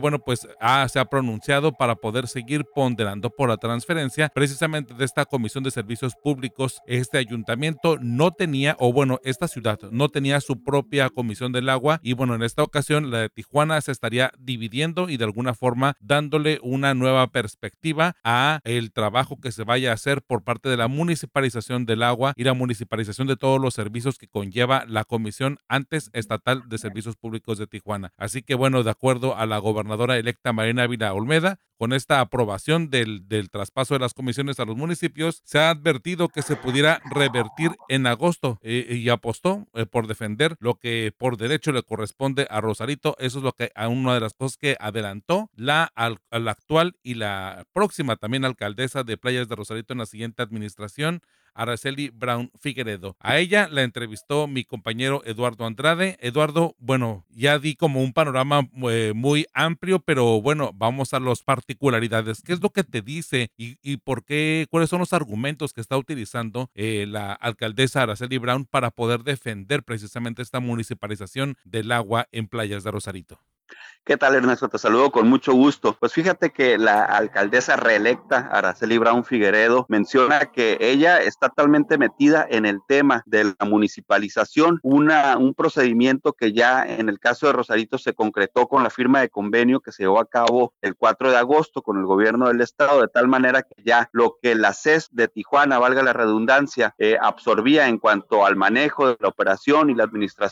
se ha pronunciado para poder seguir ponderando por la transferencia precisamente de esta Comisión de Servicios Públicos. Este ayuntamiento no tenía, esta ciudad no tenía su propia comisión del agua y en esta ocasión la de Tijuana se estaría dividiendo y de alguna forma dándole una nueva perspectiva a el trabajo que se vaya a hacer por parte de la municipalización del agua y la municipalización de todos los servicios que conlleva la Comisión antes estatal de Servicios Públicos de Tijuana. Así que de acuerdo a la gobernadora electa Marina Ávila Olmeda, con esta aprobación del traspaso de las comisiones a los municipios, se ha advertido que se pudiera revertir en agosto y apostó por defender lo que por derecho le corresponde a Rosarito. Eso es una de las cosas que adelantó la actual y la próxima también alcaldesa de Playas de Rosarito en la siguiente administración, Araceli Brown Figueredo. A ella la entrevistó mi compañero Eduardo Andrade. Eduardo, ya di como un panorama muy amplio, pero vamos a las particularidades. ¿Qué es lo que te dice y por qué? ¿Cuáles son los argumentos que está utilizando la alcaldesa Araceli Brown para poder defender precisamente esta municipalización del agua en Playas de Rosarito? ¿Qué tal, Ernesto? Te saludo con mucho gusto. Pues fíjate que la alcaldesa reelecta, Araceli Brown Figueredo, menciona que ella está totalmente metida en el tema de la municipalización, un procedimiento que ya en el caso de Rosarito se concretó con la firma de convenio que se llevó a cabo el 4 de agosto con el gobierno del estado, de tal manera que ya lo que la CES de Tijuana, valga la redundancia, absorbía en cuanto al manejo de la operación y la administración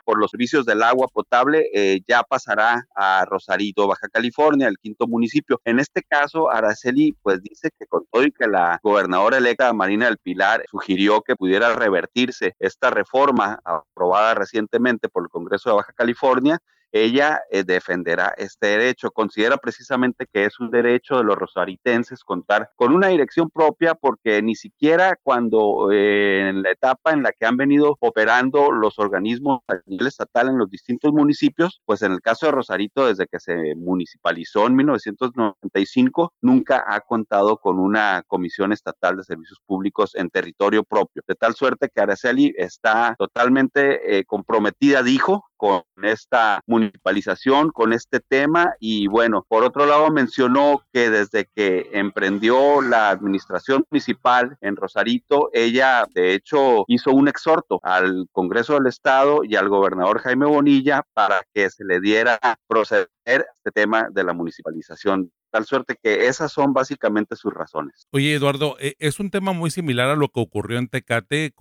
por los servicios del agua potable, ya pasará a Rosarito, Baja California, el quinto municipio. En este caso, Araceli pues dice que con todo y que la gobernadora electa Marina del Pilar sugirió que pudiera revertirse esta reforma aprobada recientemente por el Congreso de Baja California, ella defenderá este derecho. Considera precisamente que es un derecho de los rosaritenses contar con una dirección propia, porque ni siquiera cuando en la etapa en la que han venido operando los organismos a nivel estatal en los distintos municipios, pues en el caso de Rosarito, desde que se municipalizó en 1995, nunca ha contado con una comisión estatal de servicios públicos en territorio propio, de tal suerte que Araceli está totalmente comprometida, dijo, con esta municipalización, con este tema. Y bueno, por otro lado mencionó que desde que emprendió la administración municipal en Rosarito, ella de hecho hizo un exhorto al Congreso del Estado y al gobernador Jaime Bonilla para que se le diera proceder a este tema de la municipalización. Tal suerte que esas son básicamente sus razones. Oye, Eduardo, es un tema muy similar a lo que ocurrió en Tecate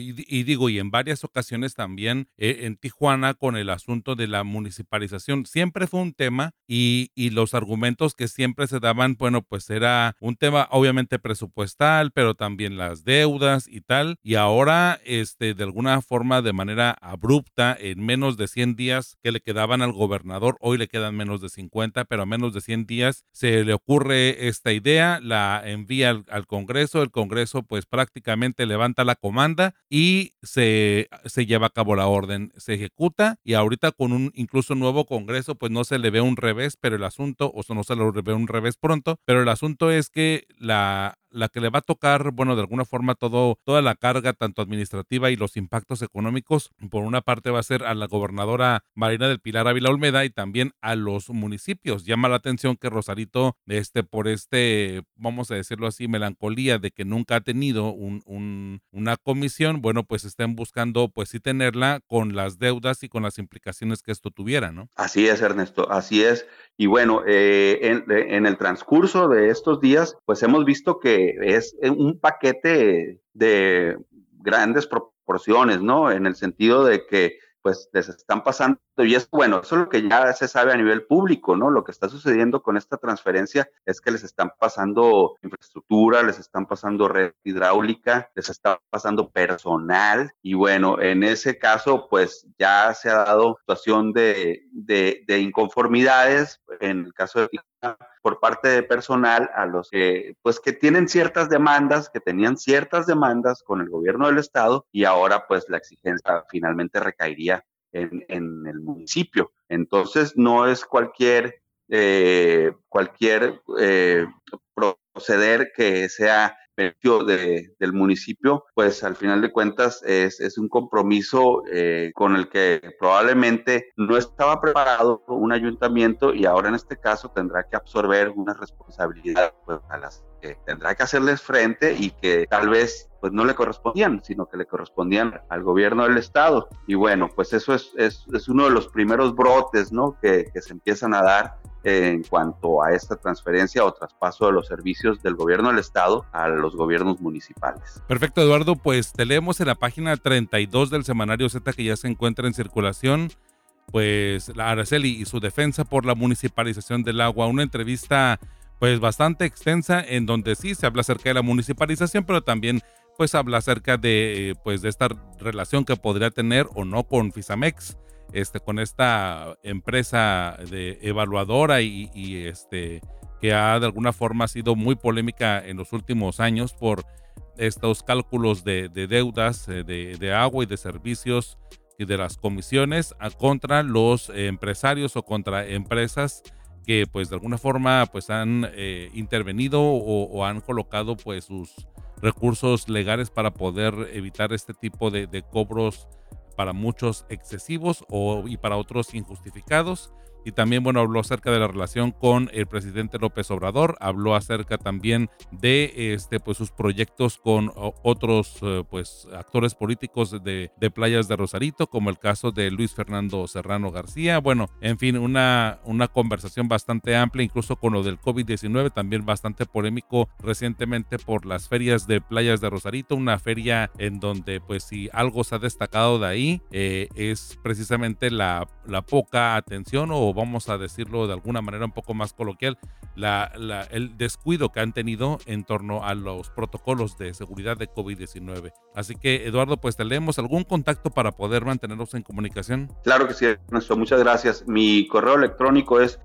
y en varias ocasiones también en Tijuana con el asunto de la municipalización. Siempre fue un tema y los argumentos que siempre se daban, bueno, pues era un tema obviamente presupuestal, pero también las deudas y tal. Y ahora, de alguna forma, de manera abrupta, en menos de 100 días que le quedaban al gobernador, hoy le quedan menos de 50, pero a menos de 100 días, se le ocurre esta idea, la envía al Congreso, el Congreso pues prácticamente levanta la comanda y se lleva a cabo la orden, se ejecuta, y ahorita con un incluso nuevo Congreso pues no se le ve un revés, pero el asunto, o sea, no se le ve un revés pronto, pero el asunto es que la que le va a tocar, bueno, de alguna forma toda la carga, tanto administrativa y los impactos económicos, por una parte va a ser a la gobernadora Marina del Pilar Ávila Olmeda y también a los municipios. Llama la atención que Rosarito, por vamos a decirlo así, melancolía de que nunca ha tenido una comisión, bueno, pues estén buscando, pues sí tenerla con las deudas y con las implicaciones que esto tuviera, ¿no? Así es, Ernesto, así es. Y bueno, en el transcurso de estos días, pues hemos visto que es un paquete de grandes proporciones, ¿no? En el sentido de que pues les están pasando, y es bueno, eso es lo que ya se sabe a nivel público, ¿no? Lo que está sucediendo con esta transferencia es que les están pasando infraestructura, les están pasando red hidráulica, les está pasando personal, y bueno, en ese caso, pues ya se ha dado situación de inconformidades, en el caso de Tijuana, por parte de personal a los que, pues que tienen ciertas demandas, que tenían ciertas demandas con el gobierno del estado, y ahora pues la exigencia finalmente recaería en el municipio. Entonces no es cualquier proceder que sea beneficio del municipio, pues al final de cuentas es un compromiso con el que probablemente no estaba preparado un ayuntamiento, y ahora en este caso tendrá que absorber una responsabilidad pues, a las que tendrá que hacerles frente y que tal vez pues no le correspondían, sino que le correspondían al gobierno del estado. Y bueno, pues eso es uno de los primeros brotes, ¿no? que se empiezan a dar en cuanto a esta transferencia o traspaso de los servicios del gobierno del estado a los gobiernos municipales. Perfecto, Eduardo, pues te leemos en la página 32 del Semanario Z, que ya se encuentra en circulación, pues la Araceli y su defensa por la municipalización del agua, una entrevista pues bastante extensa en donde sí se habla acerca de la municipalización, pero también pues habla acerca de pues de esta relación que podría tener o no con Fisamex, con esta empresa de evaluadora y que ha de alguna forma sido muy polémica en los últimos años por estos cálculos de deudas de agua y de servicios y de las comisiones contra los empresarios o contra empresas que pues de alguna forma pues han intervenido o han colocado pues sus recursos legales para poder evitar este tipo de cobros, para muchos excesivos y para otros injustificados. y también, bueno, habló acerca de la relación con el presidente López Obrador, habló acerca también de pues sus proyectos con otros pues actores políticos de Playas de Rosarito, como el caso de Luis Fernando Serrano García. Bueno, en fin, una conversación bastante amplia, incluso con lo del COVID-19, también bastante polémico recientemente por las ferias de Playas de Rosarito, una feria en donde pues si algo se ha destacado de ahí es precisamente la poca atención, o vamos a decirlo de alguna manera un poco más coloquial, el descuido que han tenido en torno a los protocolos de seguridad de COVID-19. Así que, Eduardo, pues te leemos algún contacto para poder mantenernos en comunicación. Claro que sí, Ernesto, muchas gracias. Mi correo electrónico es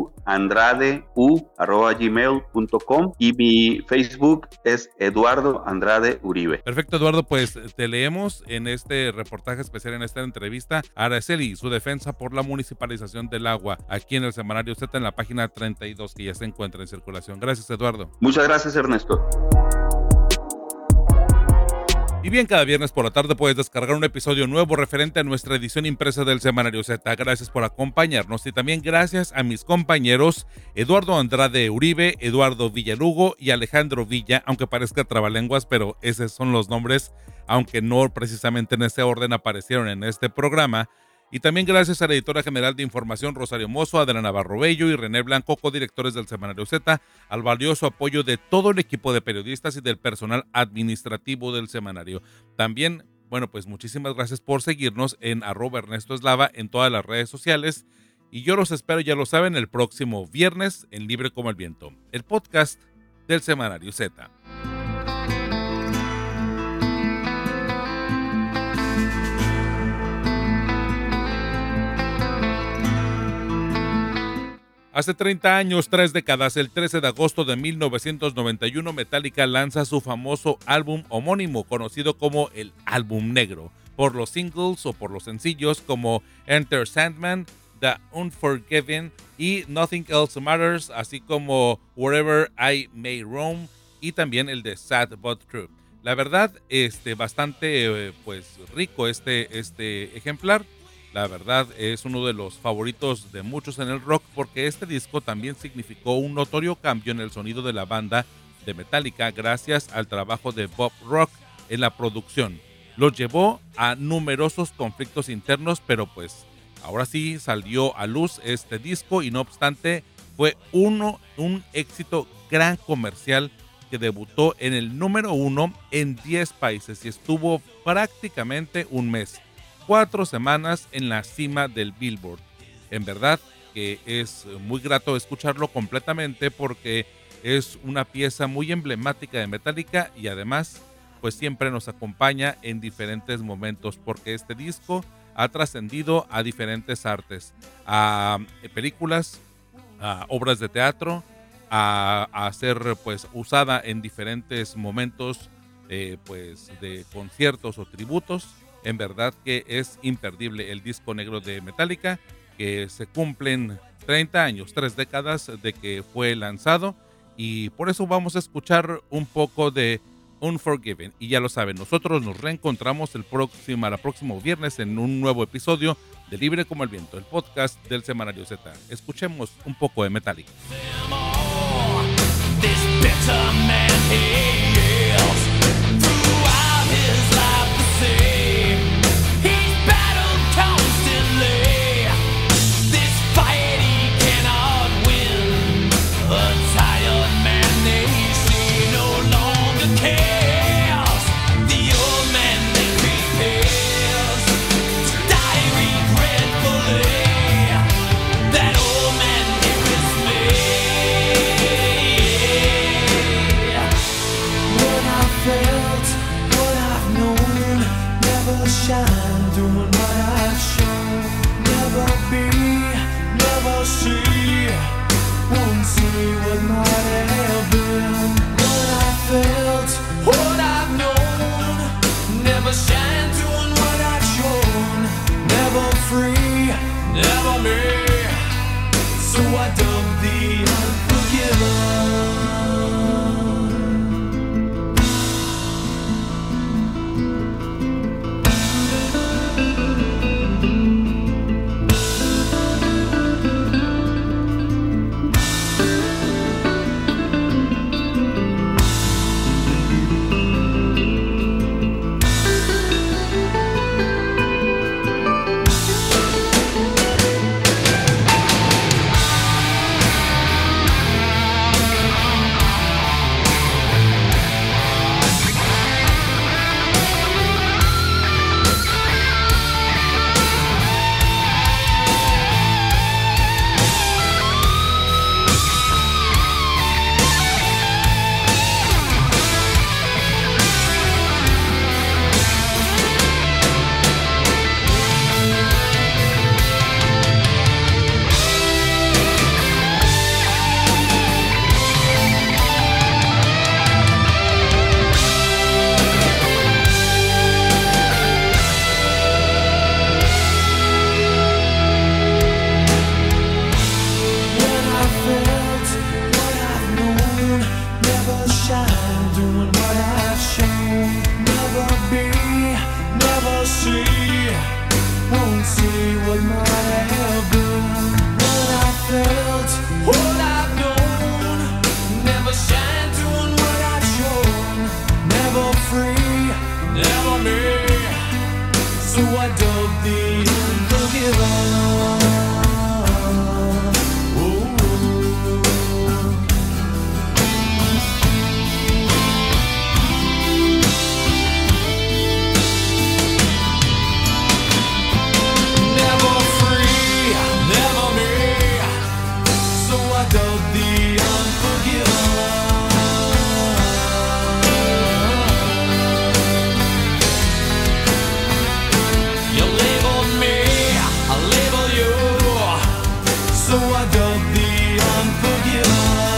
eduandradeu@gmail.com y mi Facebook es Eduardo Andrade Uribe. Perfecto, Eduardo, pues te leemos en este reportaje especial, en esta entrevista, a Araceli y su defensa por la municipalización del agua, aquí en el Semanario Z, en la página 32, que ya se encuentra en circulación. Gracias, Eduardo. Muchas gracias, Ernesto. Y bien, cada viernes por la tarde puedes descargar un episodio nuevo referente a nuestra edición impresa del Semanario Z. Gracias por acompañarnos y también gracias a mis compañeros Eduardo Andrade Uribe, Eduardo Villalugo y Alejandro Villa, aunque parezca trabalenguas, pero esos son los nombres, aunque no precisamente en ese orden aparecieron en este programa. Y también gracias a la editora general de información Rosario Mozo, Adela Navarro Bello y René Blanco, codirectores del Semanario Z, al valioso apoyo de todo el equipo de periodistas y del personal administrativo del semanario. También, bueno, pues muchísimas gracias por seguirnos en @ErnestoEslava en todas las redes sociales. Y yo los espero, ya lo saben, el próximo viernes en Libre como el Viento, el podcast del Semanario Z. Hace 30 años, 3 décadas, el 13 de agosto de 1991, Metallica lanza su famoso álbum homónimo, conocido como el Álbum Negro, por los singles o por los sencillos como Enter Sandman, The Unforgiven y Nothing Else Matters, así como Wherever I May Roam y también el de Sad But True. La verdad, bastante pues rico este ejemplar. La verdad es uno de los favoritos de muchos en el rock porque este disco también significó un notorio cambio en el sonido de la banda de Metallica gracias al trabajo de Bob Rock en la producción. Los llevó a numerosos conflictos internos, pero pues ahora sí salió a luz este disco y no obstante fue un éxito gran comercial que debutó en el número 1 en 10 países y estuvo prácticamente un mes. 4 semanas en la cima del Billboard. En verdad que es muy grato escucharlo completamente porque es una pieza muy emblemática de Metallica y además pues siempre nos acompaña en diferentes momentos porque este disco ha trascendido a diferentes artes, a películas, a obras de teatro, a ser pues usada en diferentes momentos pues de conciertos o tributos. En verdad que es imperdible el disco negro de Metallica, que se cumplen 30 años, 3 décadas de que fue lanzado y por eso vamos a escuchar un poco de Unforgiven. Y ya lo saben, nosotros nos reencontramos el próximo viernes en un nuevo episodio de Libre como el Viento, el podcast del Semanario Z. Escuchemos un poco de Metallica. I got the unforgiven.